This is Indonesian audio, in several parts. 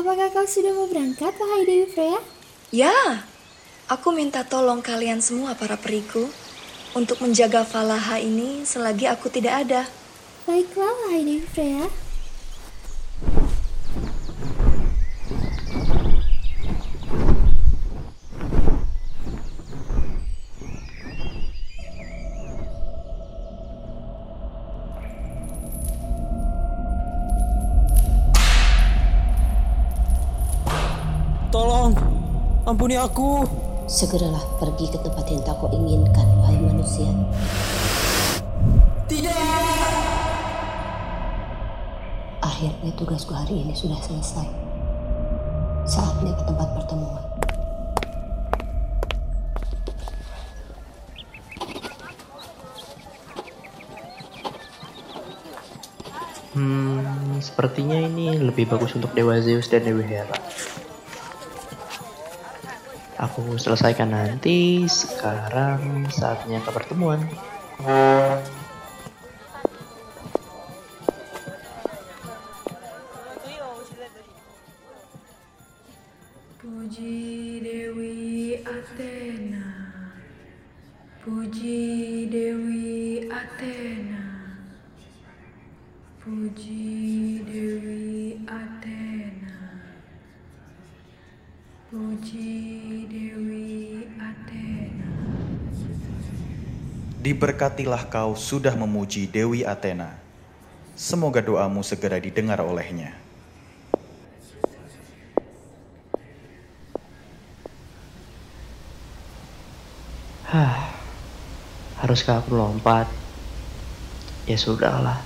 Apakah kau sudah mau berangkat, wahai Dewi Freya? Ya, aku minta tolong kalian semua para periku untuk menjaga Valaha ini selagi aku tidak ada. Baiklah, wahai Dewi Freya. Tolong, ampuni aku. Segeralah pergi ke tempat yang tak kau inginkan, wahai manusia. Tidak! Akhirnya tugasku hari ini sudah selesai. Saatnya ke tempat pertemuan. Sepertinya ini lebih bagus untuk Dewa Zeus dan Dewi Hera. Aku selesaikan nanti. Sekarang saatnya ke pertemuan. Puji Dewi Athena. Puji Dewi Athena. Puji Dewi Athena. Puji Dewi Athena. Diberkatilah kau sudah memuji Dewi Athena. Semoga doamu segera didengar olehnya. Haruskah aku lompat? Ya sudahlah.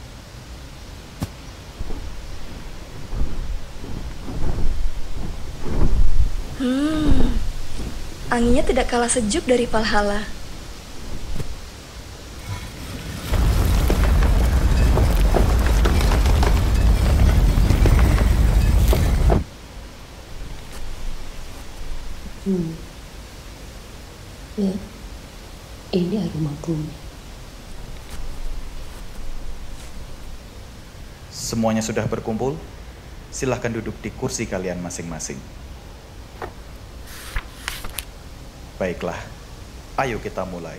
Anginnya tidak kalah sejuk dari Valhalla. Ya, ini aroma bumi. Semuanya sudah berkumpul? Silahkan duduk di kursi kalian masing-masing. Baiklah, ayo kita mulai.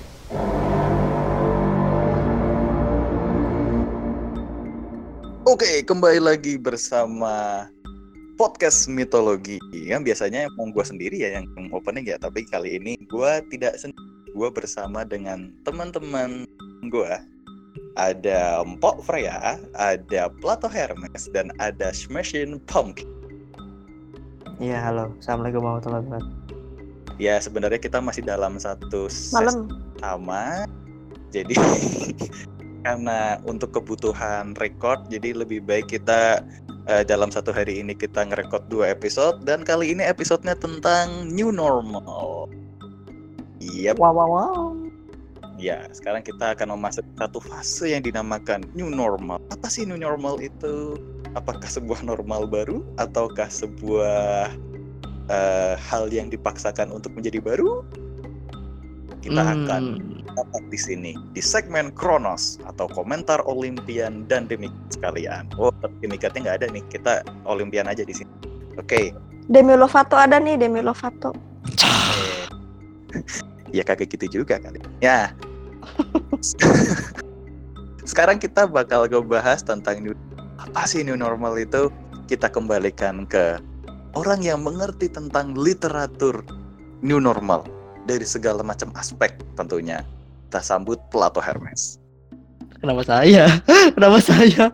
Oke, kembali lagi bersama podcast mitologi. Yang biasanya emang gue sendiri ya yang opening ya, tapi kali ini gue tidak sendiri. Gue bersama dengan teman-teman gue. Ada Mpok Freya, ada Plato Hermes, dan ada Smashing Pumpkin. Iya, halo. Assalamualaikum warahmatullahi wabarakatuh. Ya, sebenarnya kita masih dalam satu sesi sama. Jadi karena untuk kebutuhan record, jadi lebih baik kita dalam satu hari ini kita ngerekord 2 episode. Dan kali ini episodenya tentang new normal. Yep. Wow. Ya, sekarang kita akan memasuki satu fase yang dinamakan new normal. Apa sih new normal itu? Apakah sebuah normal baru ataukah sebuah hal yang dipaksakan untuk menjadi baru? Kita akan dapat di sini di segmen Kronos atau komentar Olimpian dan Demikian sekalian. Oh, Demikatnya nggak ada nih. Kita Olimpian aja di sini. Oke. Demi Lovato ada nih, Demi Lovato. Ya kagak gitu juga kali. Ya. Sekarang kita bakal ngebahas tentang apa sih new normal itu. Kita kembalikan ke orang yang mengerti tentang literatur new normal dari segala macam aspek tentunya. Kita sambut Plato Hermes. Kenapa saya? Kenapa saya?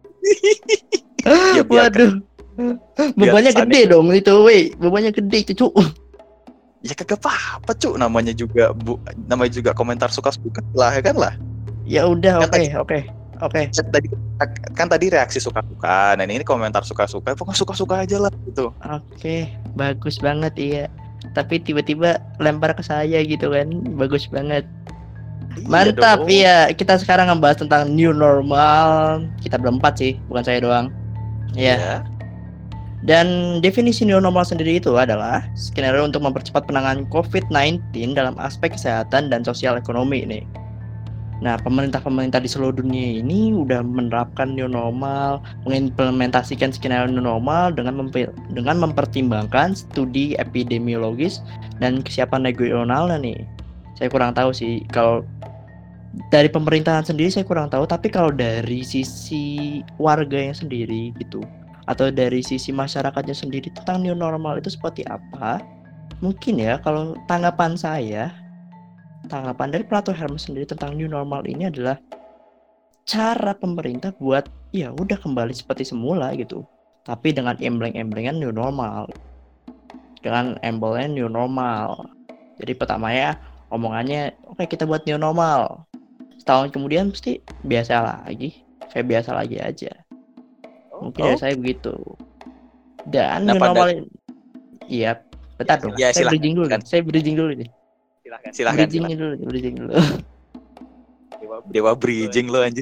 Ya, Waduh. Bebannya gede dong itu, weh. Bebannya gede itu, Cuk. Ya kagak apa-apa, Cuk. Namanya juga komentar suka-suka lah, ya kan lah. Ya udah, oke. Tadi reaksi suka-suka. Nah, ini komentar suka-suka. Pokoknya suka-suka aja lah gitu. Oke, bagus banget iya. Tapi tiba-tiba lempar ke saya gitu kan. Bagus banget. Mantap, iya. Kita sekarang ngebahas tentang new normal. Kita berempat sih, bukan saya doang. Iya. Dan definisi new normal sendiri itu adalah skenario untuk mempercepat penanganan COVID-19 dalam aspek kesehatan dan sosial ekonomi nih. Nah, pemerintah-pemerintah di seluruh dunia ini udah menerapkan new normal, mengimplementasikan skenario new normal dengan mempertimbangkan studi epidemiologis dan kesiapan regionalnya nih. Saya kurang tahu sih kalau dari pemerintahan sendiri saya kurang tahu, tapi kalau dari sisi warganya sendiri gitu, atau dari sisi masyarakatnya sendiri tentang new normal itu seperti apa? Mungkin ya kalau tanggapan dari Plato Hermes sendiri tentang new normal ini adalah cara pemerintah buat ya udah kembali seperti semula gitu, tapi dengan embleng-emblengan new normal, dengan embelnya new normal. Jadi pertamanya omongannya oke, kita buat new normal, setahun kemudian pasti biasa lagi, kayak biasa lagi aja. Mungkin dari saya begitu. Dan new normal iya, bentar dong, Ya, saya silakan. bridging dulu nih. Silahkan. Bridging dulu. Dewa bridging lo anjir.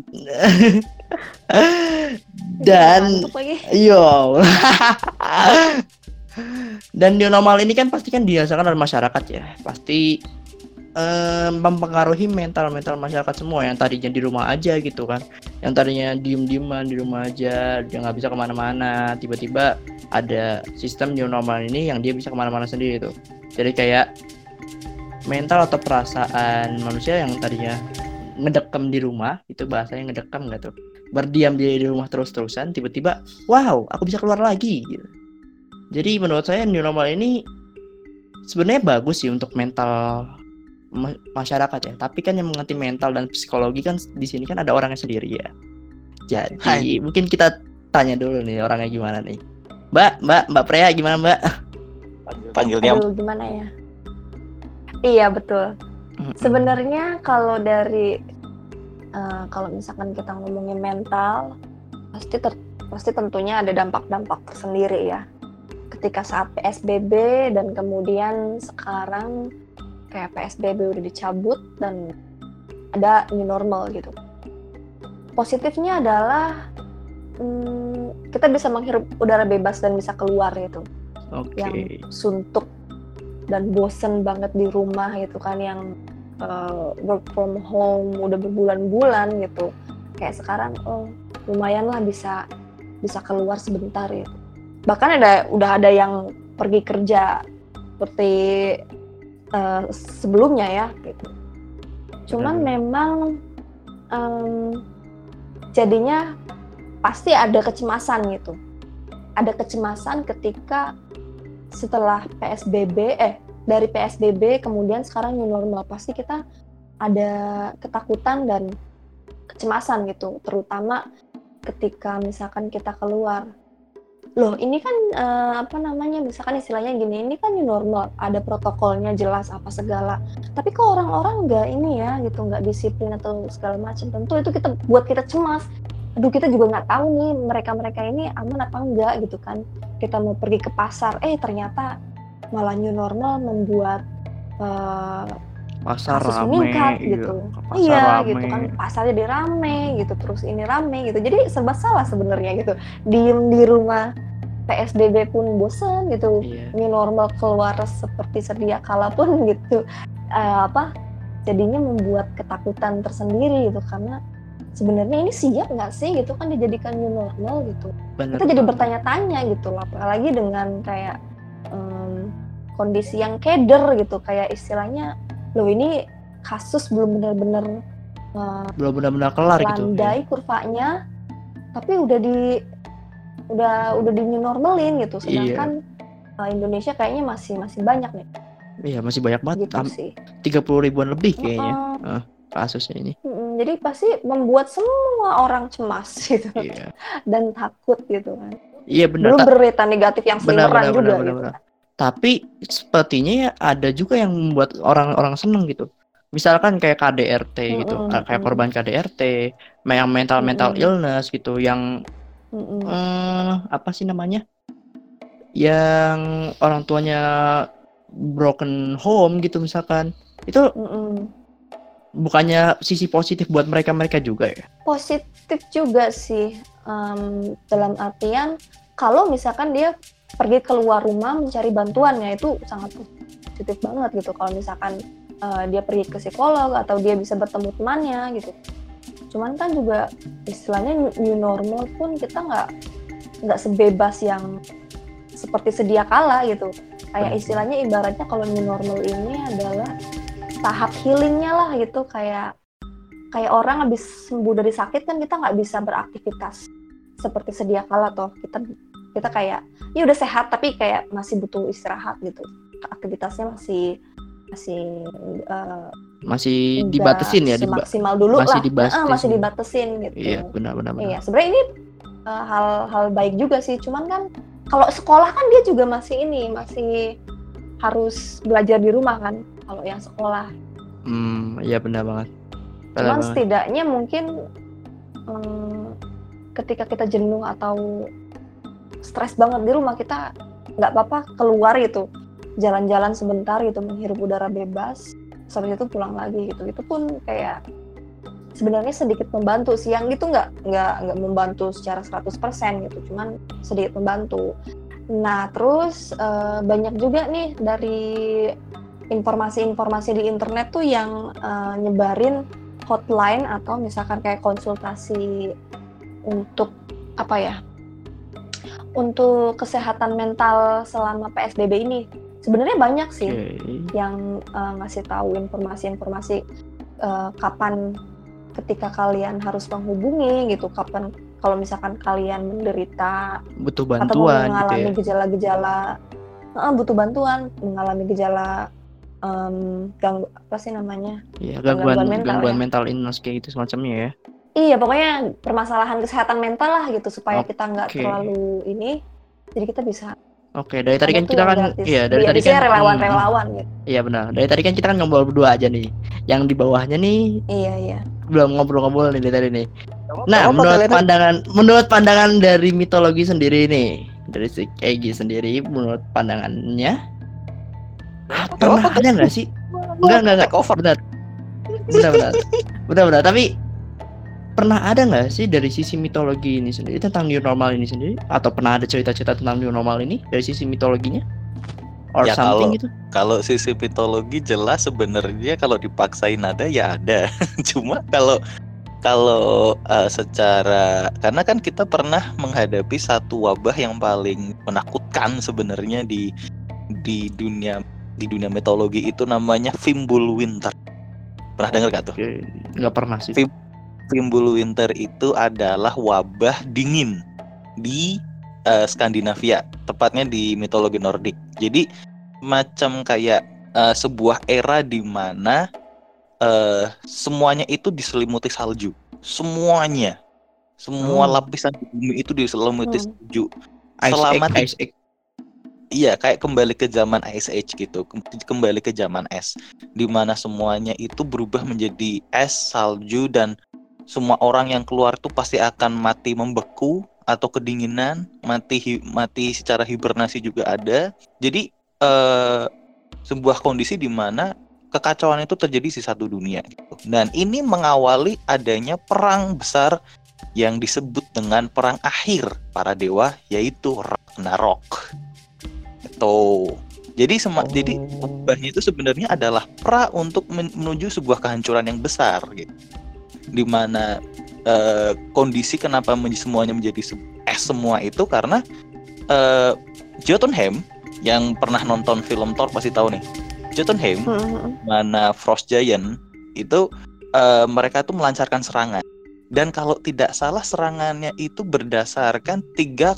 Dan Ngantuk lagi. yo. Dan new normal ini kan pasti kan dirasakan oleh masyarakat ya. Pasti mempengaruhi mental masyarakat semua yang tadinya di rumah aja gitu kan, yang tadinya diem-dieman di rumah aja, dia nggak bisa kemana-mana, tiba-tiba ada sistem new normal ini yang dia bisa kemana-mana sendiri tuh. Jadi kayak mental atau perasaan manusia yang tadinya ngedekam di rumah, itu bahasanya ngedekam nggak tuh, berdiam di rumah terus-terusan, tiba-tiba wow aku bisa keluar lagi gitu. Jadi menurut saya new normal ini sebenarnya bagus sih untuk mental masyarakat ya, tapi kan yang mengerti mental dan psikologi kan di sini kan ada orangnya sendiri ya. Jadi mungkin kita tanya dulu nih orangnya gimana nih. Mbak Freya gimana Mbak? Panggilnya Aduh, gimana ya? Iya betul. Sebenarnya kalau dari kalau misalkan kita ngomongin mental, pasti tentunya ada dampak-dampak tersendiri ya. Ketika saat PSBB dan kemudian sekarang kayak PSBB udah dicabut dan ada new normal gitu. Positifnya adalah kita bisa menghirup udara bebas dan bisa keluar gitu. Oke. Yang suntuk dan bosen banget di rumah gitu kan, yang work from home udah berbulan-bulan gitu. Kayak sekarang lumayan lah bisa keluar sebentar ya. Bahkan udah ada yang pergi kerja seperti sebelumnya ya gitu. Cuman memang jadinya pasti ada kecemasan gitu. Ada kecemasan ketika setelah dari PSBB kemudian sekarang new normal, pasti kita ada ketakutan dan kecemasan gitu, terutama ketika misalkan kita keluar. Loh ini kan misalkan istilahnya gini, ini kan new normal, ada protokolnya jelas apa segala, tapi kok orang-orang nggak disiplin atau segala macam. Tentu itu buat kita cemas. Aduh, kita juga nggak tahu nih mereka ini aman apa enggak gitu kan. Kita mau pergi ke pasar, ternyata malah new normal membuat pasar kasus rame meningkat gitu. Iya gitu kan, pasarnya jadi rame gitu, terus ini rame gitu. Jadi serba salah sebenarnya gitu. Diem di rumah PSBB pun bosan gitu. New normal keluar seperti sedia kala pun gitu. Jadinya membuat ketakutan tersendiri gitu, karena sebenarnya ini siap nggak sih gitu kan dijadikan new normal gitu. Kita jadi bertanya-tanya gitu, apalagi dengan kayak kondisi yang keder gitu, kayak istilahnya loh ini kasus belum benar-benar kelar gitu. Landai kurvanya, tapi udah di new normalin gitu. Sedangkan Indonesia kayaknya masih banyak nih. Iya, masih banyak banget. Gitu 30 ribuan lebih kayaknya kasusnya ini. Jadi pasti membuat semua orang cemas gitu. Dan takut gitu kan. Iya benar. Belum berita negatif yang seliweran juga gitu. Tapi sepertinya ya ada juga yang membuat orang-orang seneng gitu. Misalkan kayak KDRT gitu, kayak korban KDRT, yang mental illness gitu, yang apa sih namanya? Yang orang tuanya broken home gitu misalkan. Itu bukannya sisi positif buat mereka juga ya? Positif juga sih, dalam artian kalau misalkan dia pergi keluar rumah mencari bantuan, ya itu sangat positif banget gitu. Kalau misalkan dia pergi ke psikolog atau dia bisa bertemu temannya gitu. Cuman kan juga istilahnya new normal pun kita nggak sebebas yang seperti sedia kala gitu. Kayak istilahnya ibaratnya kalau new normal ini adalah tahap healingnya lah gitu, kayak orang habis sembuh dari sakit kan kita nggak bisa beraktivitas seperti sedia kala toh. Kita kayak ya udah sehat tapi kayak masih butuh istirahat gitu. Aktivitasnya masih dibatasin ya, maksimal dulu masih lah. Masih dibatasin gitu. Iya, benar. Iya, sebenarnya ini hal baik juga sih. Cuman kan kalau sekolah kan dia juga masih harus belajar di rumah kan. Kalau yang sekolah. Iya benar banget. Cuman setidaknya mungkin ketika kita jenuh atau stres banget di rumah, kita nggak apa-apa keluar gitu, jalan-jalan sebentar gitu, menghirup udara bebas, habis itu pulang lagi gitu. Itu pun kayak sebenarnya sedikit membantu sih, yang itu nggak membantu secara 100% gitu, cuman sedikit membantu. Nah terus banyak juga nih dari informasi-informasi di internet tuh yang nyebarin hotline atau misalkan kayak konsultasi untuk untuk kesehatan mental selama PSBB ini. Sebenarnya banyak sih yang ngasih tahu informasi-informasi kapan ketika kalian harus menghubungi gitu, kapan kalau misalkan kalian menderita butuh bantuan atau mengalami gitu ya. gejala-gejala butuh bantuan, mengalami gejala gangguan mental illness kayak gitu semacamnya ya. Iya, pokoknya permasalahan kesehatan mental lah gitu, supaya kita nggak terlalu ini, jadi kita bisa. Oke, dari tadi kan kita kan, dari tadi kan relawan-relawan gitu. Iya benar. Dari tadi kan kita kan ngobrol berdua aja nih. Yang di bawahnya nih. Iya. Belum ngobrol-ngobrol nih dari tadi nih. Nah, menurut pandangan dari mitologi sendiri nih, dari si Egi sendiri, menurut pandangannya, pernah ada nggak sih? Enggak. Benar. Tapi pernah ada nggak sih dari sisi mitologi ini sendiri tentang new normal ini sendiri, atau pernah ada cerita-cerita tentang new normal ini dari sisi mitologinya or ya, something gitu? Kalau sisi mitologi jelas sebenarnya kalau dipaksain ada ya ada. Cuma kalau secara, karena kan kita pernah menghadapi satu wabah yang paling menakutkan sebenarnya di dunia mitologi, itu namanya Fimbulwinter. Pernah dengar gak tuh? Nggak pernah sih. Fimbulwinter itu adalah wabah dingin di Skandinavia, tepatnya di mitologi Nordik. Jadi macam kayak sebuah era di mana semuanya itu diselimuti salju. Semua lapisan di bumi itu diselimuti salju. Selama Ice Age. Iya, kayak kembali ke zaman Ice Age gitu, kembali ke zaman es, di mana semuanya itu berubah menjadi es, salju, dan semua orang yang keluar tuh pasti akan mati membeku atau kedinginan, mati secara hibernasi juga ada. Jadi sebuah kondisi di mana kekacauan itu terjadi di satu dunia gitu. Dan ini mengawali adanya perang besar yang disebut dengan perang akhir para dewa, yaitu Ragnarok. Jadi wabahnya itu sebenarnya adalah pra untuk menuju sebuah kehancuran yang besar gitu. Di mana kondisi kenapa semuanya menjadi es semua itu karena Jotunheim, yang pernah nonton film Thor pasti tahu nih. Jotunheim, mana Frost Giant itu mereka tuh melancarkan serangan. Dan kalau tidak salah serangannya itu berdasarkan 3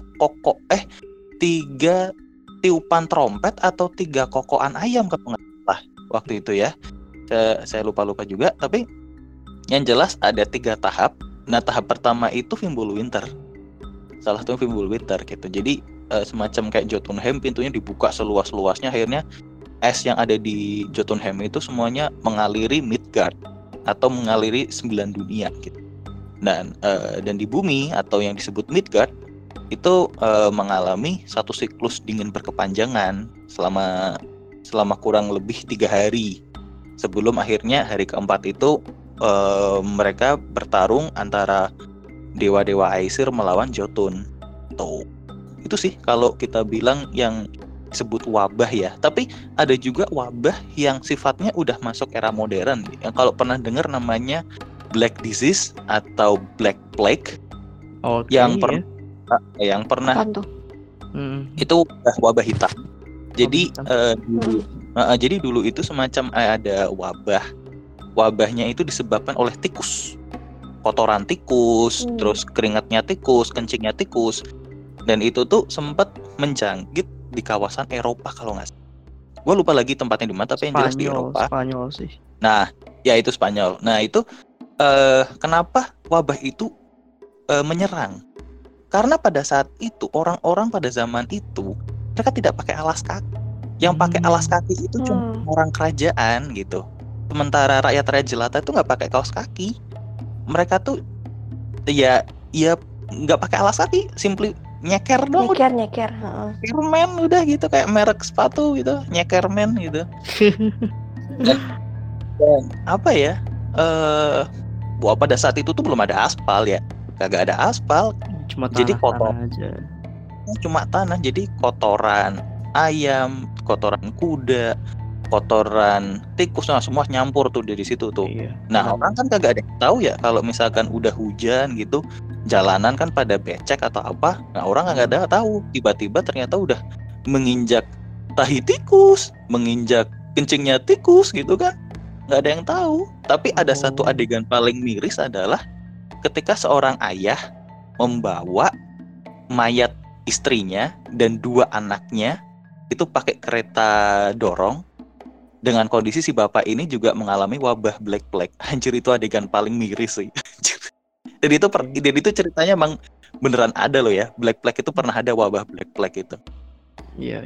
tiupan trompet atau 3 kokokan ayam kalau nggak salah waktu itu ya. Saya lupa juga, tapi yang jelas ada 3 tahap. Nah, tahap pertama itu Fimbulwinter. Salah satu Fimbulwinter gitu. Jadi semacam kayak Jotunheim, pintunya dibuka seluas-luasnya, akhirnya es yang ada di Jotunheim itu semuanya mengaliri Midgard atau mengaliri 9 dunia gitu. Dan di bumi atau yang disebut Midgard itu mengalami satu siklus dingin berkepanjangan selama kurang lebih 3 hari. Sebelum akhirnya hari keempat itu mereka bertarung antara dewa-dewa Aesir melawan Jotun. Tuh. Itu sih kalau kita bilang yang disebut wabah ya. Tapi ada juga wabah yang sifatnya udah masuk era modern. Yang kalau pernah dengar namanya Black Disease atau Black Plague, Oke, yang ya. yang pernah Apaan tuh? itu wabah hitam. Jadi hitam. jadi dulu itu semacam ada wabah. Wabahnya itu disebabkan oleh tikus. Kotoran tikus, terus keringatnya tikus, kencingnya tikus. Dan itu tuh sempat menjangkit di kawasan Eropa kalau nggak salah. Gue lupa lagi tempatnya di mana, tapi yang jelas di Eropa. Spanyol sih. Nah, ya itu Spanyol. Nah itu kenapa wabah itu menyerang? Karena pada saat itu orang-orang pada zaman itu mereka tidak pakai alas kaki. Yang pakai alas kaki itu cuma orang kerajaan gitu. Sementara rakyat jelata itu nggak pakai kaos kaki. Mereka tuh ya nggak pakai alas kaki, simply nyeker dong. Nyeker. Nyekerman udah gitu, kayak merek sepatu gitu, nyekerman gitu. Dan apa ya? Pada saat itu tuh belum ada aspal ya, kagak ada aspal. Cuma jadi kotor aja. Cuma tanah, jadi kotoran ayam, kotoran kuda, kotoran tikus, nah semua nyampur tuh dari situ tuh. Iya. Nah orang kan kagak ada yang tahu ya kalau misalkan udah hujan gitu, jalanan kan pada becek atau apa. Nah orang kagak ada tahu, tiba-tiba ternyata udah menginjak tahi tikus, menginjak kencingnya tikus gitu kan. Nggak ada yang tahu. Tapi ada satu adegan paling miris adalah ketika seorang ayah membawa mayat istrinya dan 2 anaknya itu pakai kereta dorong, dengan kondisi si bapak ini juga mengalami wabah Black Plague. Anjir, itu adegan paling miris sih. Dan itu ceritanya emang beneran ada loh ya. Black Plague itu pernah ada wabah Black Plague itu. Iya.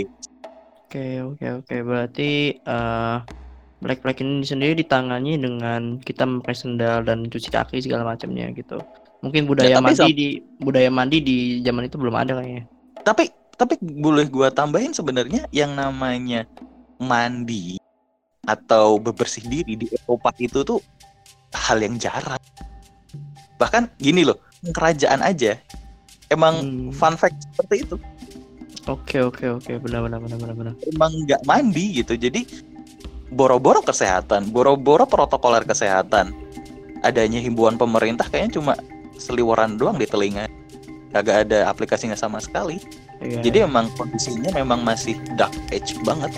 Gitu. Oke. Berarti Black Plague ini sendiri ditangani dengan kita memakai sendal dan cuci kaki segala macamnya gitu. Mungkin budaya mandi di zaman itu belum ada kayaknya. Tapi boleh gua tambahin sebenarnya yang namanya mandi atau bebersih diri di Eropa itu tuh hal yang jarang. Bahkan gini loh, kerajaan aja emang fun fact seperti itu. Oke, benar. Emang nggak mandi gitu, jadi boro-boro kesehatan, boro-boro protokoler kesehatan. Adanya himbauan pemerintah kayaknya cuma seliweran doang di telinga, kagak ada aplikasinya sama sekali. Iya. Jadi emang kondisinya memang masih dark age banget.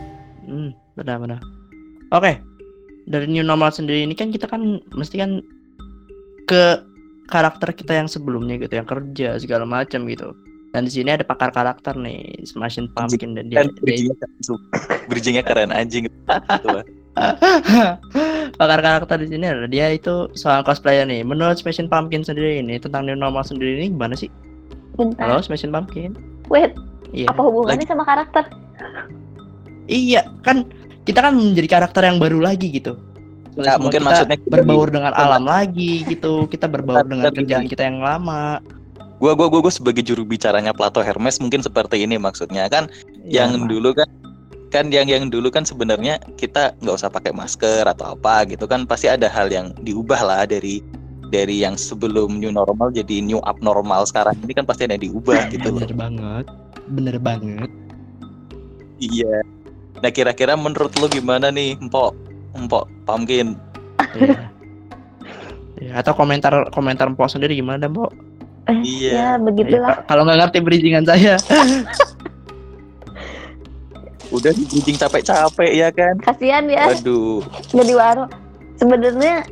Benar. Oke. Dari new normal sendiri ini kan kita kan mesti kan ke karakter kita yang sebelumnya gitu, yang kerja segala macam gitu. Dan di sini ada pakar karakter nih, Smashing Pumpkin, dan dia bridgingnya keren anjing. Pakar karakter di sini adalah dia itu soal cosplayer nih. Menurut Smashing Pumpkin sendiri ini tentang new normal sendiri ini gimana sih? Bentar. Halo Smashing Pumpkin. Wait. Iya. Apa hubungannya sama karakter? Iya, kan kita kan menjadi karakter yang baru lagi gitu. Nah, mungkin kita maksudnya berbaur dengan alam lagi gitu. Kita berbaur dengan kerjaan kita yang lama. Gue sebagai juru bicaranya Plato Hermes mungkin seperti ini maksudnya kan. Ya, yang dulu kan yang dulu kan sebenarnya kita nggak usah pakai masker atau apa gitu kan, pasti ada hal yang diubah lah dari yang sebelum new normal jadi new abnormal sekarang ini kan pasti ada yang diubah gitu. Bener banget. Iya. Nah kira-kira menurut lo gimana nih Empok Pumpkin? Iya. Atau komentar Empok sendiri gimana Empok? Iya. Ya begitulah. Kalau nggak ngerti bridgingan saya. Udah di bridging capek-capek ya kan? Kasihan ya. Waduh. Nggak di warung. Sebenarnya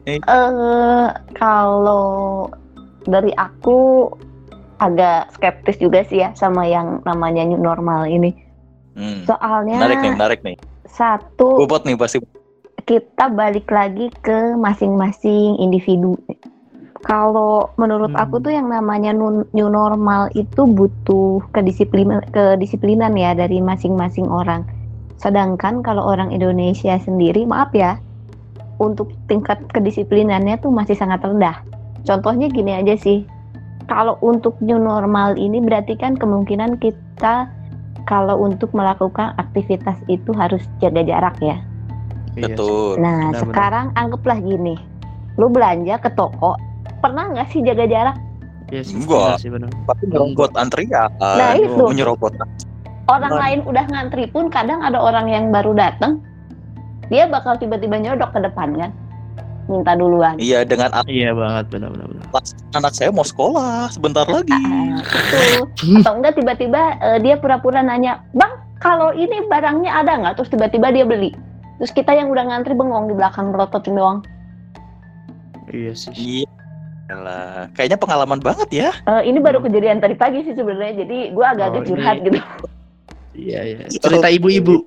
kalau dari aku agak skeptis juga sih ya sama yang namanya new normal ini. Soalnya menarik nih. Satu, bobot nih pasti. Kita balik lagi ke masing-masing individu. Kalau menurut aku tuh yang namanya new normal itu butuh kedisiplinan ya dari masing-masing orang. Sedangkan kalau orang Indonesia sendiri, maaf ya, untuk tingkat kedisiplinannya tuh masih sangat rendah. Contohnya gini aja sih, kalau untuk new normal ini berarti kan kemungkinan kita kalau untuk melakukan aktivitas itu harus jaga jarak ya. Betul. Nah sekarang anggaplah gini, lu belanja ke toko, pernah nggak sih jaga jarak? Yes, enggak sih benar. Tapi menyerobot antrian. Nah itu. Menyerobot. orang lain udah ngantri pun kadang ada orang yang baru datang, dia bakal tiba-tiba nyodok ke depan kan, minta duluan. Iya, dengan Iya banget, benar. anak saya mau sekolah sebentar lagi. Itu atau enggak tiba-tiba dia pura-pura nanya, bang kalau ini barangnya ada nggak, terus tiba-tiba dia beli, terus kita yang udah ngantri bengong di belakang merototin doang. Iya sih. Iya. Yalah, kayaknya pengalaman banget ya. Ini baru kejadian tadi pagi sih sebenarnya, jadi gue agak-agak Oh, curhat ini- gitu. Iya. Cerita ibu-ibu.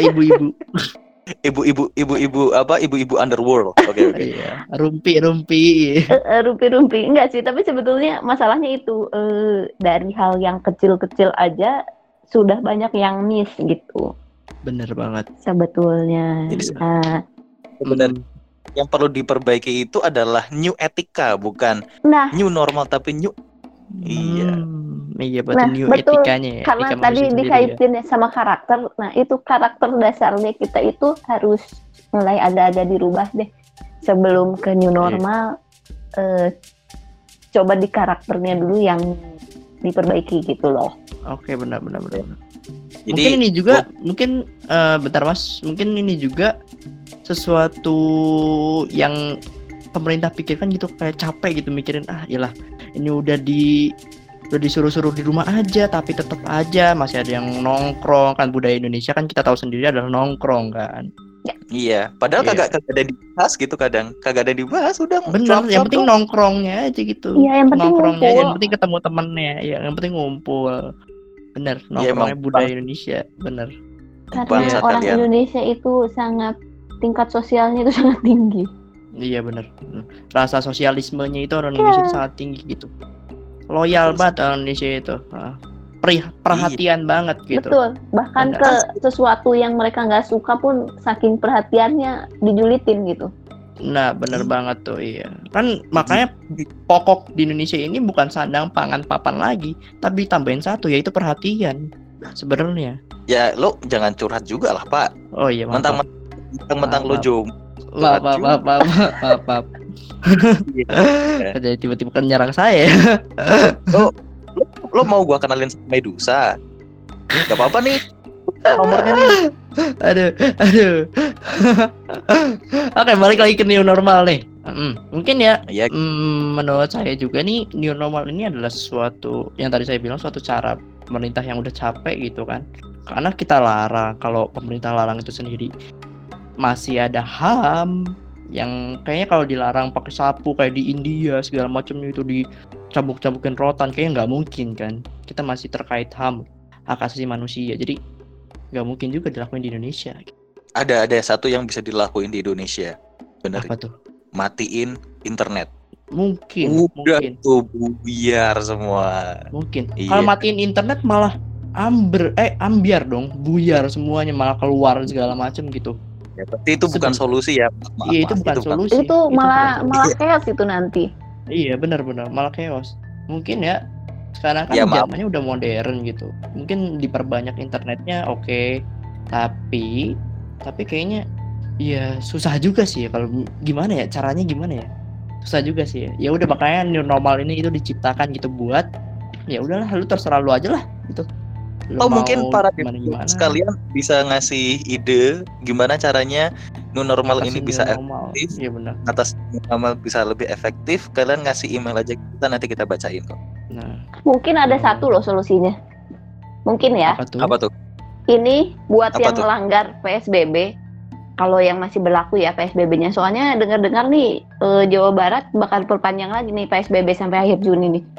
Ibu-ibu underworld. Oke. Iya. Rumpi. Rumpi-rumpi enggak sih, tapi sebetulnya masalahnya itu dari hal yang kecil-kecil aja sudah banyak yang miss gitu Bener banget. sebetulnya. Jadi sebenarnya yang perlu diperbaiki itu adalah new etika, bukan Nah, new normal tapi new. Iya. Iya betul, new betul. etikanya ya. Karena etika tadi manusia sendiri ya. dikaitin sama karakter. Nah, itu karakter dasarnya kita itu harus mulai ada dirubah deh. Sebelum ke new normal, coba di karakternya dulu yang diperbaiki gitu loh. Oke, benar. Jadi Mungkin ini juga, bentar Mas, mungkin ini juga sesuatu yang pemerintah pikirkan gitu, kayak capek gitu mikirin, iyalah ini udah disuruh-suruh di rumah aja, tapi tetap aja masih ada yang nongkrong kan. Budaya Indonesia kan kita tahu sendiri adalah nongkrong kan. iya, padahal Iya. kagak ada dibahas gitu, kadang kagak ada dibahas, udah Bener, yang cuap-cuap penting doang. nongkrongnya aja gitu. Iya, yang penting Nongkrongnya, ngumpul. yang penting ketemu temennya, ya yang penting ngumpul. Bener, nongkrongnya emang budaya Indonesia, bener. Karena Bangsa orang kalian. Indonesia itu sangat tingkat sosialnya itu sangat tinggi. Iya bener. Rasa sosialismenya itu orang Indonesia itu sangat tinggi gitu. Loyal banget orang Indonesia itu. Perhatian banget gitu. Betul. Bahkan Benar. ke sesuatu yang mereka nggak suka pun saking perhatiannya dijulitin gitu. Nah bener banget tuh, iya. Kan makanya pokok di Indonesia ini bukan sandang pangan papan lagi, tapi tambahin satu, yaitu perhatian sebenarnya. Ya lo jangan curhat juga lah, Pak. Oh iya, maaf. Mentang-mentang lo Maaf. jomblo. Maaf. Jadi tiba-tiba kan nyerang saya. Lo mau gua kenalin sama Medusa? Gak apa-apa nih. Nomornya nih. Aduh. Oke, balik lagi ke new normal nih. Mungkin ya, Iya. menurut saya juga nih, new normal ini adalah sesuatu yang tadi saya bilang, suatu cara pemerintah yang udah capek gitu kan. Karena kita larang, kalau pemerintah larang itu sendiri masih ada HAM yang kayaknya kalau dilarang pakai sapu kayak di India segala macamnya itu dicabuk-cabukin rotan, kayaknya nggak mungkin kan. Kita masih terkait HAM, hak asasi manusia, jadi nggak mungkin juga dilakuin di Indonesia. Ada satu yang bisa dilakuin di Indonesia. Bener. Apa tuh? Matiin internet. Mungkin. Tuh buyar semua. Mungkin. Iya. Kalau matiin internet malah ambiar dong, buyar semuanya, malah keluar segala macam gitu. Ya, berarti itu bukan solusi ya. Iya, itu bukan solusi. Itu malah bukan solusi. chaos itu nanti. Iya, benar-benar malah chaos. Mungkin ya sekarang kan Ya, maaf. zamannya udah modern gitu. Mungkin diperbanyak internetnya, oke. Tapi kayaknya ya susah juga sih ya, kalau gimana ya caranya, gimana ya? Susah juga sih ya. Ya udah, makanya new normal ini itu diciptakan gitu buat ya udahlah, lu terserah lu aja lah gitu. Lu Atau mau mungkin para gimana sekalian bisa ngasih ide gimana caranya new normal ini bisa efektif. Iya benar. Atas new normal bisa lebih efektif, kalian ngasih email aja kita, nanti kita bacain kok. Nah, Mungkin ada satu loh solusinya. Mungkin ya. Apa tuh? Ini buat Apa yang tuh? melanggar PSBB. Kalau yang masih berlaku ya PSBB-nya. Soalnya dengar-dengar nih Jawa Barat bakal perpanjang lagi nih PSBB sampai akhir Juni nih.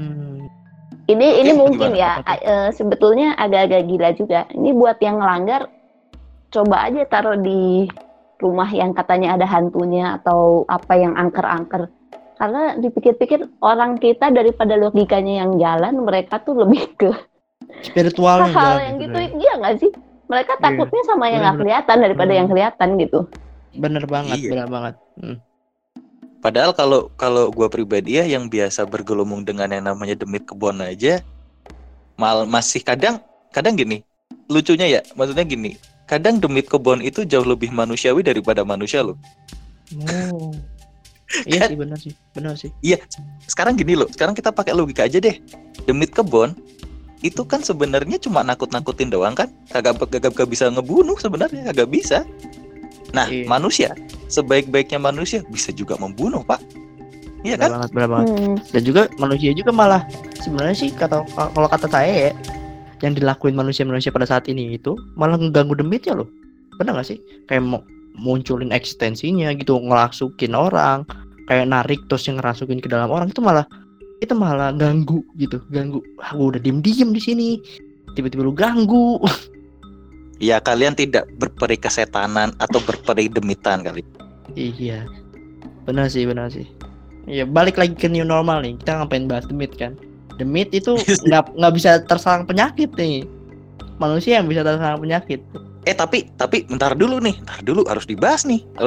Ini mungkin gimana? ya sebetulnya agak-agak gila juga. Ini buat yang ngelanggar, coba aja taruh di rumah yang katanya ada hantunya atau apa yang angker-angker. Karena dipikir-pikir orang kita daripada logikanya yang jalan, mereka tuh lebih ke spiritualnya hal jalan yang gitu gitu, ya. iya nggak sih? Mereka takutnya sama yang nggak Bener-bener. kelihatan daripada yang kelihatan gitu. Bener banget, Iya. bener banget. Padahal kalau gue pribadi ya, yang biasa bergelumung dengan yang namanya demit kebon aja, masih kadang gini, lucunya ya, maksudnya gini, kadang demit kebon itu jauh lebih manusiawi daripada manusia loh. Oh. Iya sih, bener sih. Iya, sekarang gini loh, sekarang kita pakai logika aja deh. Demit kebon itu kan sebenarnya cuma nakut-nakutin doang kan, kagak bisa ngebunuh sebenarnya, kagak bisa. Nah, Iya. manusia sebaik-baiknya manusia bisa juga membunuh, Pak. Iya kan? Benar banget. Dan juga manusia juga malah sebenarnya sih kalau kata saya ya, yang dilakuin manusia pada saat ini itu malah mengganggu demitnya loh. Benar nggak sih? Kayak munculin eksistensinya gitu, ngerasukin orang, kayak narik terus yang ngerasukin ke dalam orang itu malah ganggu gitu, ganggu. Aku udah diem di sini, tiba-tiba lu ganggu. Ya kalian tidak berperi kesetanan atau berperi demitan kali. Iya, benar sih. Iya, balik lagi ke new normal nih. Kita ngapain bahas demit kan? Demit itu nggak bisa terserang penyakit nih. Manusia yang bisa terserang penyakit. Tapi bentar dulu harus dibahas.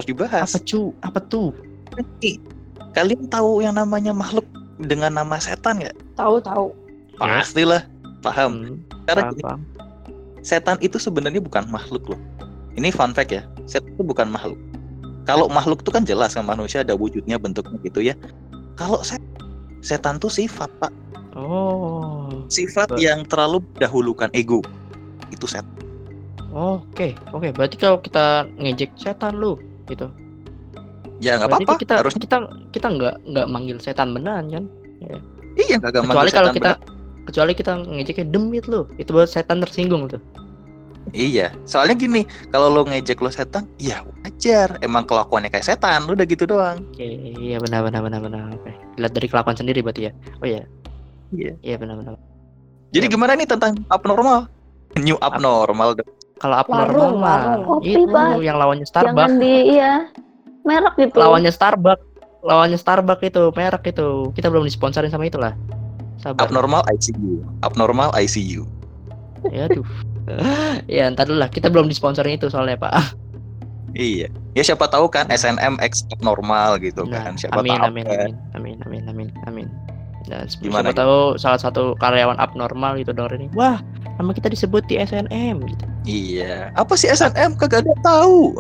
Apa tuh? Kalian tahu yang namanya makhluk dengan nama setan nggak? Tahu. Pastilah paham. Karena Paham. setan itu sebenarnya bukan makhluk loh. Ini fun fact ya. Setan itu bukan makhluk. Kalau makhluk itu kan jelas kan, manusia ada wujudnya, bentuknya gitu ya. Kalau setan tuh sifat, Pak. Oh. Sifat yang terlalu dahulukan ego. Itu setan. Oke. Berarti kalau kita ngejek setan lu gitu. Ya nggak Berarti apa-apa. Harus kita nggak manggil setan beneran kan? iya nggak Kecuali manggil kalau setan kecuali kita ngejeknya demit lu, itu buat setan tersinggung tuh. Iya, soalnya gini, kalau lo ngejek lo setan, ya wajar. Emang kelakuannya kayak setan, udah gitu doang. Oke, iya benar. Oke. Lihat dari kelakuan sendiri berarti ya. Oh iya. Iya. Iya benar. Jadi gimana nih tentang abnormal? New abnormal. Kalau abnormal Warung. mah Kopi, itu Pak. yang lawannya Starbucks. Jangan merek gitu. Lawannya Starbucks itu merek itu. Kita belum disponsorin sama itulah. Sabar. Abnormal ICU. Ya tuh. Ya ntar dulu lah, kita belum disponsorin itu soalnya Pak. Iya. Ya siapa tahu kan SNM X abnormal gitu Nah, kan. Siapa amin. tahu. Kan. Amin. Dan Gimana, siapa tahu salah satu karyawan abnormal gitu dengerin ini. Wah, nama kita disebut di SNM gitu. Iya. Apa sih SNM? Kagak ada tahu.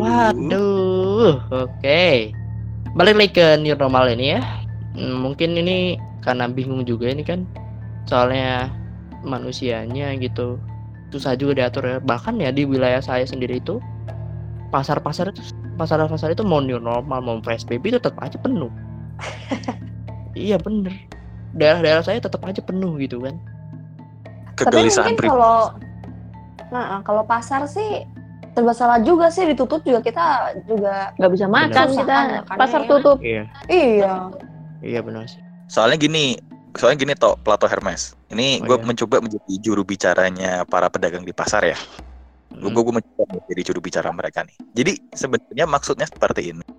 Waduh. Oke. Balik lagi ke new normal ini ya. Mungkin ini karena bingung juga ini kan. Soalnya manusianya gitu susah juga diatur ya. Bahkan ya di wilayah saya sendiri itu pasar-pasar itu mau new normal mau PSBB itu tetap aja penuh. Iya bener, daerah-daerah saya tetap aja penuh gitu kan. Kegelisahan Tapi mungkin kalau pasar sih serba salah juga sih, ditutup juga kita juga Nggak bisa makan Bener. kita. Susah makannya, Pasar ya. tutup. Iya benar sih. Soalnya gini toh Plato Hermes. Ini Oh, gue iya. mencoba menjadi juru bicaranya para pedagang di pasar ya. Gue mencoba menjadi juru bicara mereka nih. Jadi sebenarnya maksudnya seperti ini.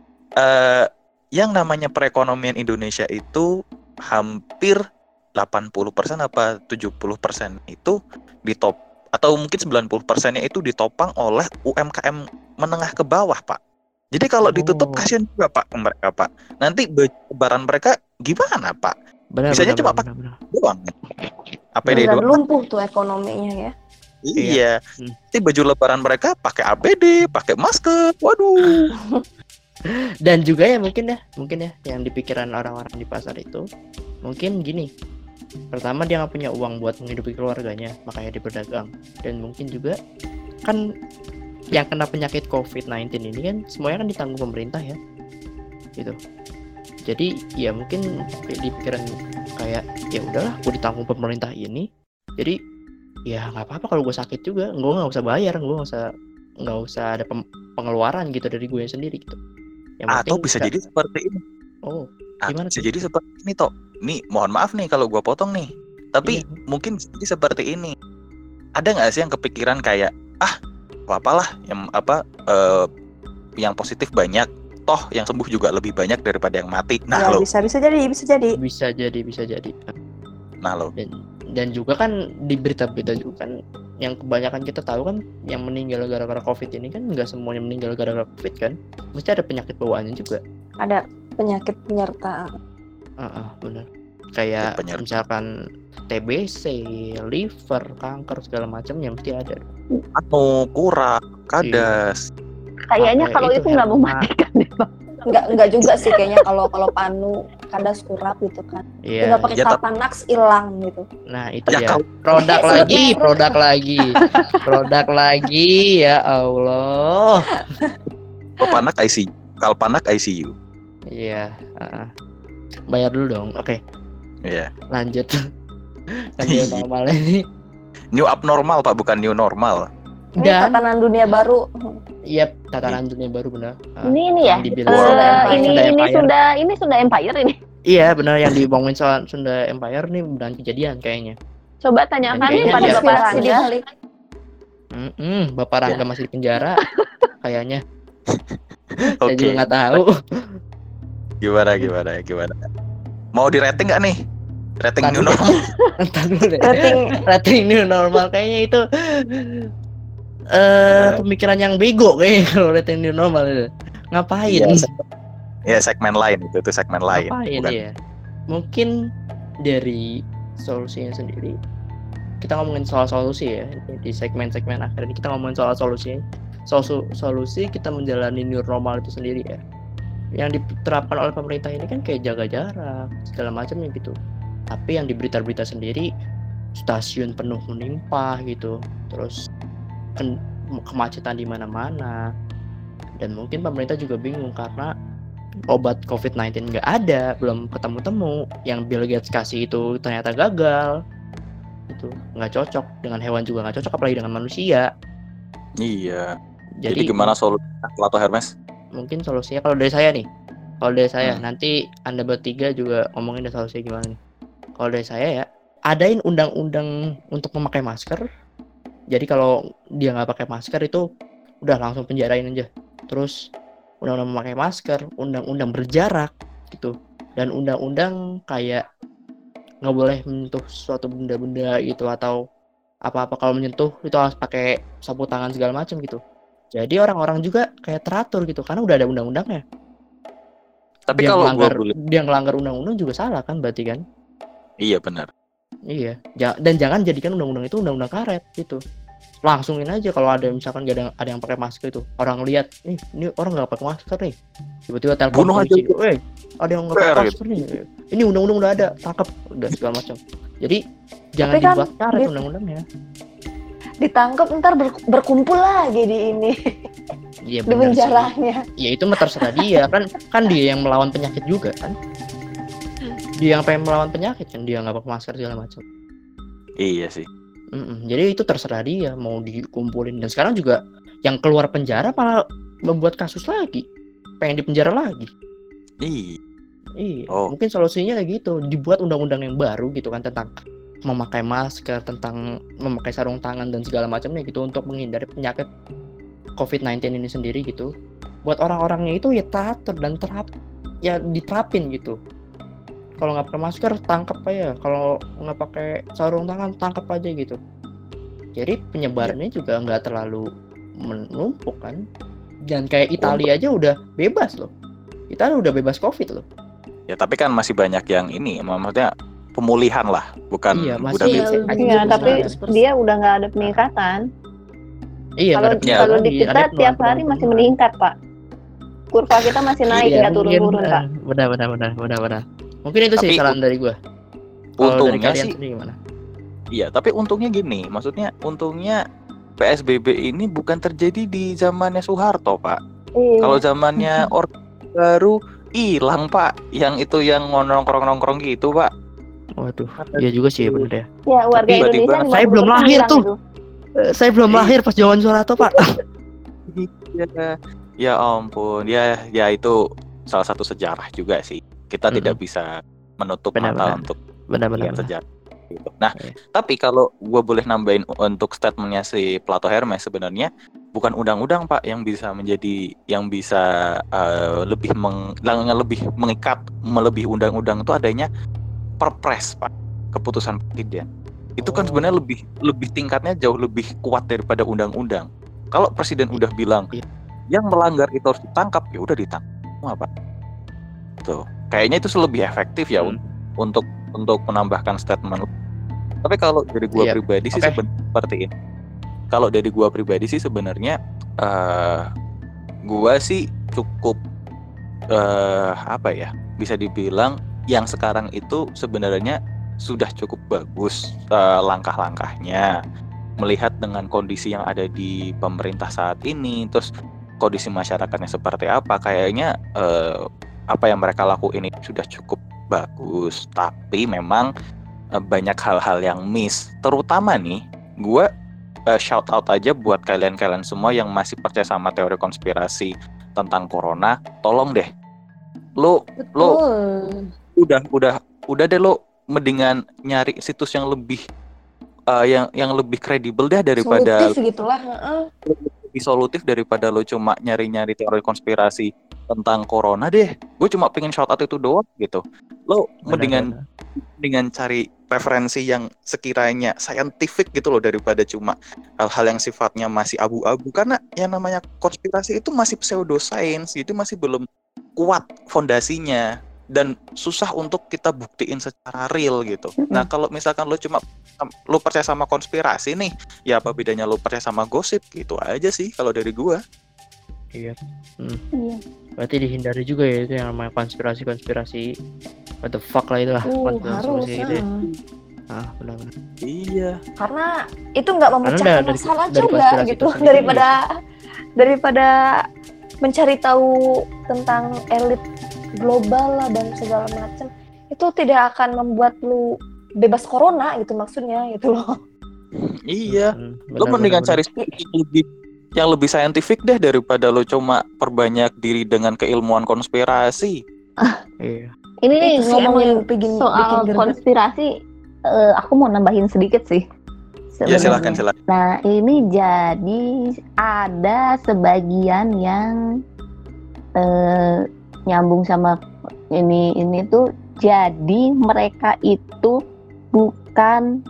Yang namanya perekonomian Indonesia itu hampir 80% apa 70% itu ditop atau mungkin 90%-nya itu ditopang oleh UMKM menengah ke bawah, Pak. Jadi kalau ditutup kasihan juga Pak ke mereka, Pak. Nanti lebaran mereka gimana, Pak? Bisanya cuma pakai doang. APD beneran doang. lumpuh tuh ekonominya ya. Iya. Nanti baju lebaran mereka pakai APD, pakai masker. Waduh. Dan juga ya mungkin ya yang di pikiran orang-orang di pasar itu mungkin gini. Pertama dia nggak punya uang buat menghidupi keluarganya, makanya dia berdagang. Dan mungkin juga kan yang kena penyakit COVID-19 ini kan semuanya kan ditanggung pemerintah ya. Gitu. Jadi ya mungkin di pikiran kayak ya udahlah gue ditanggung pemerintah ini. Jadi ya nggak apa-apa kalau gue sakit juga, gue nggak usah bayar, gue nggak usah ada pengeluaran gitu dari gue sendiri gitu. Atau bisa jadi seperti ini. Oh, gimana bisa tuh? jadi seperti ini toh. Nih mohon maaf nih kalau gua potong nih. Tapi mungkin jadi seperti ini. Ada nggak sih yang kepikiran kayak apalah yang positif banyak, toh yang sembuh juga lebih banyak daripada yang mati. Nah Ya, lo. bisa jadi. Bisa jadi. Nah lo. Dan juga kan di berita-berita juga kan yang kebanyakan kita tahu kan yang meninggal gara-gara COVID ini kan nggak semuanya meninggal gara-gara COVID kan. Mesti ada penyakit bawaannya juga. Ada penyakit penyerta. Benar. Kayak misalkan TBC, liver, kanker segala macam yang mesti ada. Kurang, kadas. Kayaknya kalau itu nggak mematikan deh, Pak. Enggak juga sih kayaknya kalau panu kada surat gitu kan. Iya. Tinggal pakai Ya, Kalpanax hilang gitu. Nah, itu Ya, dia. kalau- Produk Pakai lagi, surat produk lagi. Produk lagi, ya Allah. Kalpanak ICU. Iya, bayar dulu dong. Oke, Iya. lanjut. Kan dia normal ini. New abnormal Pak, bukan new normal. Ini Dan tatanan dunia baru. iya, tatanan dunia baru benar. Ini ya. yang dibilang Sunda Empire. Ini sudah Empire ini. Iya, benar yang diomongin soal Sunda Empire nih beneran kejadian kayaknya. Coba tanyakan Kayaknya pada iya. Bapak Inspirasi di Rangga. balik. Bapak Rangga masih di penjara kayaknya. Saya Oke. juga nggak tahu. Gimana? Mau di rating nggak nih? Rating Tadi new normal. Entar dulu deh. Rating Rating new normal kayaknya itu pemikiran yang bego kayaknya kalau rating new normal itu. Ngapain? Ya segmen lain itu segmen lain. Ngapain Bukan. ya? Mungkin dari solusinya sendiri. Kita ngomongin soal solusi ya di segmen-segmen akhir ini kita ngomongin soal solusi. Solusi kita menjalani new normal itu sendiri ya. Yang diterapkan oleh pemerintah ini kan kayak jaga jarak segala macamnya gitu. Tapi yang di berita-berita sendiri stasiun penuh menimpah gitu. Terus kemacetan di mana-mana. Dan mungkin pemerintah juga bingung karena obat COVID-19 nggak ada, belum ketemu-temu. Yang Bill Gates kasih itu ternyata gagal. Itu nggak cocok dengan hewan juga nggak cocok, apalagi dengan manusia. Iya. Jadi gimana solusinya Plato Hermes? Mungkin solusinya kalau dari saya nih, nanti Anda bertiga juga ngomongin deh solusinya gimana nih. Kalau dari saya ya, adain undang-undang untuk memakai masker. Jadi kalau dia nggak pakai masker itu udah langsung penjarain aja. Terus undang-undang memakai masker, undang-undang berjarak gitu, dan undang-undang kayak nggak boleh menyentuh suatu benda-benda gitu atau apa-apa, kalau menyentuh itu harus pakai sapu tangan segala macam gitu. Jadi orang-orang juga kayak teratur gitu karena udah ada undang-undangnya. Tapi kalau dia ngelanggar undang-undang juga salah kan berarti kan? Iya benar. Iya. Dan jangan jadikan undang-undang itu undang-undang karet gitu. Langsungin aja kalau ada misalkan ada yang pakai masker itu. Orang lihat, ini orang nggak pakai masker nih. Tiba-tiba telepon Bunuh polisi. aja. Ada yang nggak pakai masker nih. Ini undang-undang udah ada, tangkap udah segala macam. Jadi jangan kan dibuat karet undang-undangnya. ditangkap ntar berkumpul lagi di ini. Iya di benar sih. penjaranya. Ya itu mah terserah dia kan dia yang melawan penyakit juga kan. Dia yang pengen melawan penyakit kan, dia nggak pakai masker segala macam. Iya sih. Jadi itu terserah dia mau dikumpulin, dan sekarang juga yang keluar penjara malah membuat kasus lagi, pengen dipenjara lagi. Iya. Mungkin solusinya kayak gitu, dibuat undang-undang yang baru gitu kan tentang memakai masker, tentang memakai sarung tangan dan segala macamnya gitu untuk menghindari penyakit COVID-19 ini sendiri gitu. Buat orang-orangnya itu ya teratur dan diterapin gitu. Kalau nggak pakai masker tangkap aja, kalau nggak pakai sarung tangan tangkap aja gitu. Jadi penyebarannya juga nggak terlalu menumpuk kan. Dan kayak Italia aja udah bebas loh. Italia udah bebas COVID loh. Ya tapi kan masih banyak yang ini, maksudnya pemulihan lah, bukan Iya, udah masih Iya, tapi dia udah nggak ada peningkatan. Iya, kalau di kita tiap hari masih meningkat, Pak. Kurva kita masih naik, nggak turun-turun, Pak. Benar. Mungkin itu sih saran dari gua. Untungnya dari sih gimana? Iya, tapi untungnya gini, maksudnya untungnya PSBB ini bukan terjadi di zamannya Soeharto, Pak. Kalau zamannya Orde Baru hilang, Pak. Yang itu yang nongkrong-nongkrong gitu, Pak. Waduh, iya juga sih bener ya. Ya, warga Indonesia saya belum lahir tuh. Saya belum lahir pas zaman Soeharto, Pak. Ya ampun, ya itu salah satu sejarah juga sih. Kita tidak bisa menutup mata untuk benar-benar sejarah. Gitu. Nah, tapi kalau gue boleh nambahin untuk statementnya si Plato Hermes, sebenarnya bukan undang-undang, Pak, yang bisa menjadi lebih mengikat melebihi undang-undang itu adanya Perpres, Pak, keputusan presiden. Itu kan sebenarnya lebih tingkatnya jauh lebih kuat daripada undang-undang. Kalau presiden udah bilang yang melanggar itu harus ditangkap, ya udah ditangkap semua, Pak. Tuh, kayaknya itu lebih efektif ya untuk menambahkan statement. Tapi kalau dari gua pribadi sih seperti ini. Kalau dari gua pribadi sih sebenarnya gua sih cukup bisa dibilang yang sekarang itu sebenarnya sudah cukup bagus langkah-langkahnya. Melihat dengan kondisi yang ada di pemerintah saat ini, terus kondisi masyarakatnya seperti apa, kayaknya apa yang mereka lakuin ini sudah cukup bagus. Tapi memang banyak hal-hal yang miss. Terutama nih, gue shout out aja buat kalian-kalian semua yang masih percaya sama teori konspirasi tentang corona. Tolong deh, lo udah deh, lo mendingan nyari situs yang lebih yang lebih kredibel deh daripada Solutif gitulah. lebih solutif daripada lo cuma nyari-nyari teori konspirasi tentang corona deh. Gue cuma pengen shout out itu doang gitu. Lo mendingan cari referensi yang sekiranya scientific gitu loh, daripada cuma hal-hal yang sifatnya masih abu-abu. Karena yang namanya konspirasi itu masih pseudoscience, gitu, masih belum kuat fondasinya dan susah untuk kita buktiin secara real gitu. Nah, kalau misalkan lo percaya sama konspirasi nih, ya apa bedanya lo percaya sama gosip? Gitu aja sih kalau dari gua. Iya. Iya. Berarti dihindari juga ya itu yang namanya konspirasi what the fuck lah itu lah, Harus. konspirasi gitu ya. Benar. Iya. Karena itu nggak memecahkan Karena masalah dari juga konspirasi gitu, itu sendiri. daripada mencari tahu tentang elit global lah dan segala macam, itu tidak akan membuat lu bebas corona gitu maksudnya gitu loh. Iya. Lo mendingan cari yang lebih saintifik deh daripada lo cuma perbanyak diri dengan keilmuan konspirasi. Iya. Ini Itu sih emang yang ngomongin bikin soal greget. konspirasi, aku mau nambahin sedikit sih. Ya sebenarnya. silakan. Nah, ini jadi ada sebagian yang nyambung sama ini tuh, jadi mereka itu bukan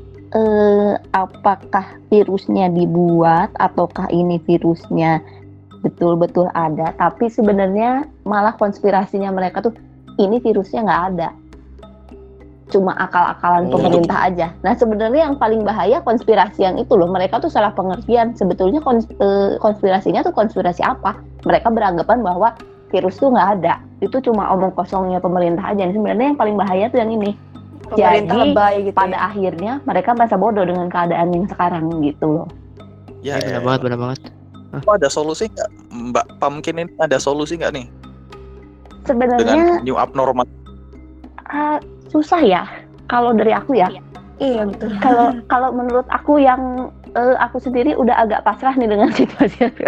apakah virusnya dibuat ataukah ini virusnya betul-betul ada, tapi sebenarnya malah konspirasinya mereka tuh ini virusnya nggak ada, cuma akal-akalan pemerintah aja. Nah, sebenarnya yang paling bahaya konspirasi yang itu loh, mereka tuh salah pengertian. Sebetulnya konspirasinya tuh konspirasi apa? Mereka beranggapan bahwa virus tuh nggak ada, itu cuma omong kosongnya pemerintah aja. Sebenarnya yang paling bahaya tuh yang ini. Pemerintah Jadi lebay gitu pada ya. akhirnya mereka merasa bodoh dengan keadaan yang sekarang gitu loh. Ya, Benar banget. Oh, ada solusi nggak, Mbak Pumpkin ini? Ada solusi nggak nih Sebenarnya dengan new abnormal? susah ya kalau dari aku ya. Iya betul. Kalau menurut aku yang aku sendiri udah agak pasrah nih dengan situasi yang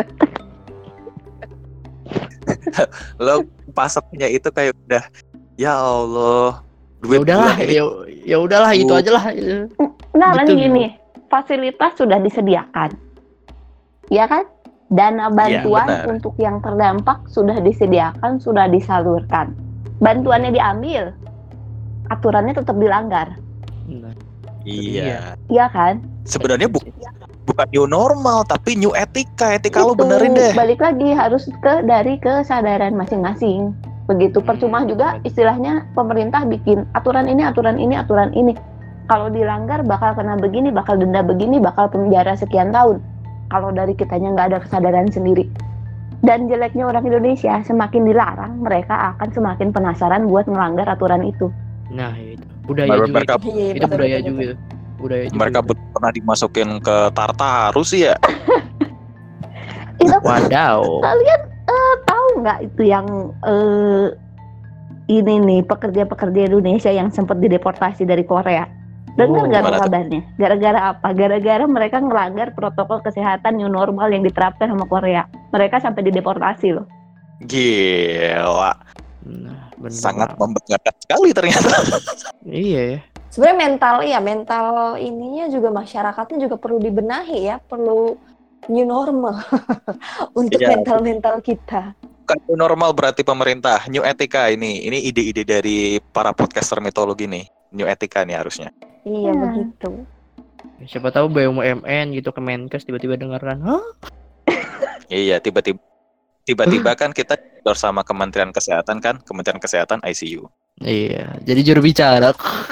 Lo pasapnya itu kayak udah, ya Allah, duit Ya udahlah itu aja lah. Nah, Betul. gini, fasilitas sudah disediakan, ya kan? Dana bantuan benar. untuk yang terdampak sudah disediakan, sudah disalurkan. Bantuannya diambil, aturannya tetap dilanggar, Iya. ya kan? Sebenarnya bukan new normal, tapi new etika. Etika lo Itu, benerin deh. balik lagi harus dari kesadaran masing-masing. Begitu percuma juga istilahnya pemerintah bikin aturan ini. Kalau dilanggar bakal kena begini, bakal denda begini, bakal penjara sekian tahun. Kalau dari kitanya nggak ada kesadaran sendiri. Dan jeleknya orang Indonesia, semakin dilarang, mereka akan semakin penasaran buat ngelanggar aturan itu. Nah, itu budaya juga. Mereka, Itu budaya juga itu. mereka pernah dimasukin ke Tartarus sih ya. Itu Wadaw. kalian tahu nggak itu yang ini nih, pekerja-pekerja Indonesia yang sempat dideportasi dari Korea? Dengar nggak gimana tuh? kabarnya? Gara-gara apa? Gara-gara mereka ngelanggar protokol kesehatan new normal yang diterapkan sama Korea. Mereka sampai dideportasi loh. Gila. Nah, bener. Sangat membanggakan sekali ternyata. Iya ya. Sebenarnya mental ininya juga masyarakatnya juga perlu dibenahi ya, perlu new normal untuk Iya. mental kita. Bukan new normal berarti pemerintah, new etika ini. Ini ide-ide dari para podcaster mitologi nih. New etika nih harusnya. Iya begitu. Siapa tahu BUMN gitu, Kemenkes tiba-tiba dengarkan, hah? Iya, tiba-tiba kan kita bersama Kementerian Kesehatan kan, Kementerian Kesehatan ICU. Iya, jadi juru bicara.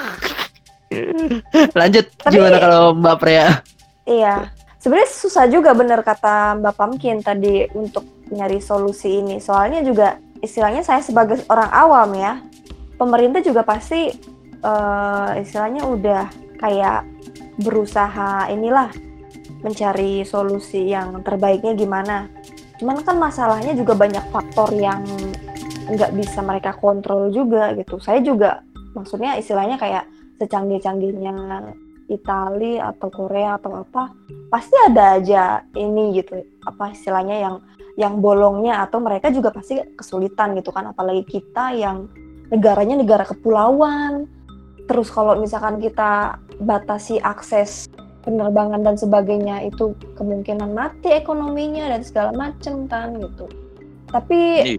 Lanjut, Tapi- gimana kalau Mbak Prea? Iya. Sebenarnya susah juga bener kata Mbak Pumpkin tadi untuk nyari solusi ini. Soalnya juga istilahnya saya sebagai orang awam ya, pemerintah juga pasti istilahnya udah kayak berusaha inilah mencari solusi yang terbaiknya gimana. Cuman kan masalahnya juga banyak faktor yang nggak bisa mereka kontrol juga gitu. Saya juga maksudnya istilahnya kayak secanggih-canggihnya Italia atau Korea atau apa, pasti ada aja ini gitu, apa istilahnya yang bolongnya, atau mereka juga pasti kesulitan gitu kan, apalagi kita yang negaranya negara kepulauan. Terus kalau misalkan kita batasi akses penerbangan dan sebagainya, itu kemungkinan mati ekonominya dan segala macem kan gitu. Tapi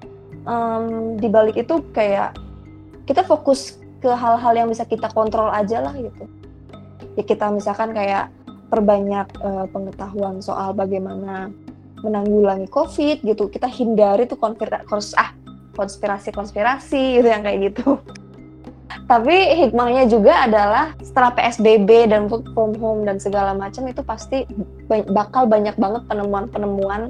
di balik itu kayak kita fokus ke hal-hal yang bisa kita kontrol aja lah gitu. Ya kita misalkan kayak perbanyak pengetahuan soal bagaimana menanggulangi COVID gitu. Kita hindari tuh konspirasi gitu yang kayak gitu. Tapi hikmahnya juga adalah setelah PSBB dan work from home dan segala macam, itu pasti bakal banyak banget penemuan-penemuan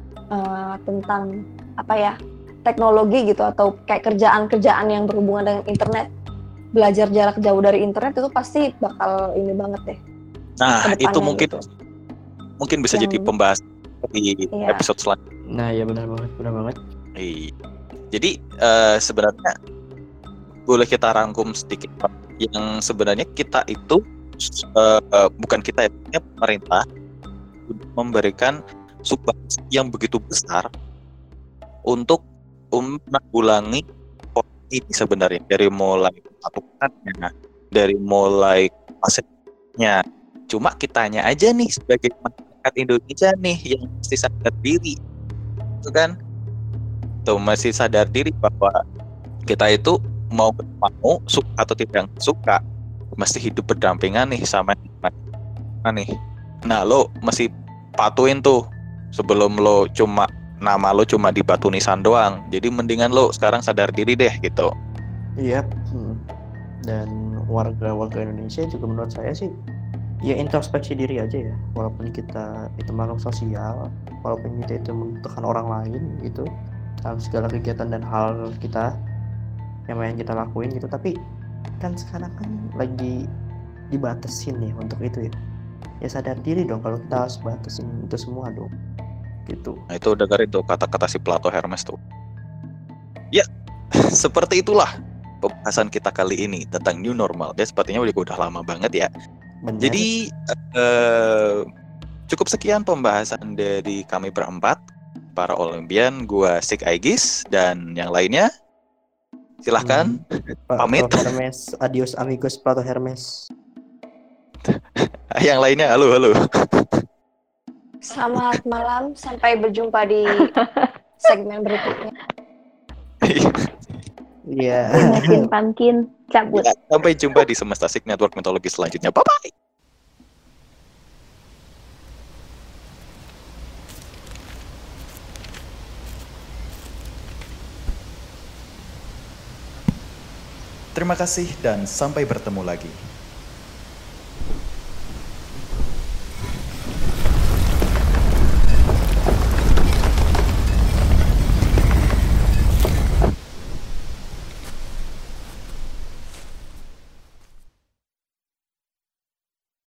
tentang apa ya, teknologi gitu, atau kayak kerjaan-kerjaan yang berhubungan dengan internet. Belajar jarak jauh dari internet itu pasti bakal ini banget deh. Nah, itu gitu. mungkin bisa jadi pembahasan di episode selanjutnya. Nah, ya benar banget. Jadi sebenarnya boleh kita rangkum sedikit, Pak, yang sebenarnya kita itu bukan kita ya, pemerintah memberikan sumbangsi yang begitu besar untuk menanggulangi ini sebenarnya, dari mulai patukannya, dari mulai asetnya. Cuma kitanya aja nih sebagai masyarakat Indonesia nih yang mesti sadar diri, itu kan? Tuh masih sadar diri bahwa kita itu mau suka atau tidak suka, mesti hidup berdampingan nih sama nih. Nah, lo mesti patuhin tuh sebelum lo nama lo cuma di batu nisan doang. Jadi mendingan lo sekarang sadar diri deh gitu. Iya. Dan warga Indonesia juga menurut saya sih ya introspeksi diri aja ya. Walaupun kita itu makhluk sosial, walaupun kita itu membutuhkan orang lain gitu dalam segala kegiatan dan hal kita yang kita lakuin gitu, tapi kan sekarang kan lagi dibatasin ya untuk itu ya. Ya sadar diri dong kalau kita harus batasin itu semua dong. Gitu. Nah, itu dengerin tuh kata-kata si Plato Hermes tuh. Ya, seperti itulah pembahasan kita kali ini tentang new normal. Dan sepertinya udah lama banget ya. Bener. Jadi cukup sekian pembahasan dari kami berempat, para Olimpian, gua Sik Aegis, dan yang lainnya. Silahkan pamit. Plato Hermes, adios amigos Plato Hermes. Yang lainnya, halo. Selamat malam, sampai berjumpa di segmen berikutnya. Iya. Pumpkin, cabut. Ya, sampai jumpa di Semesta Sik Network Mitologi selanjutnya. Bye-bye. Terima kasih dan sampai bertemu lagi.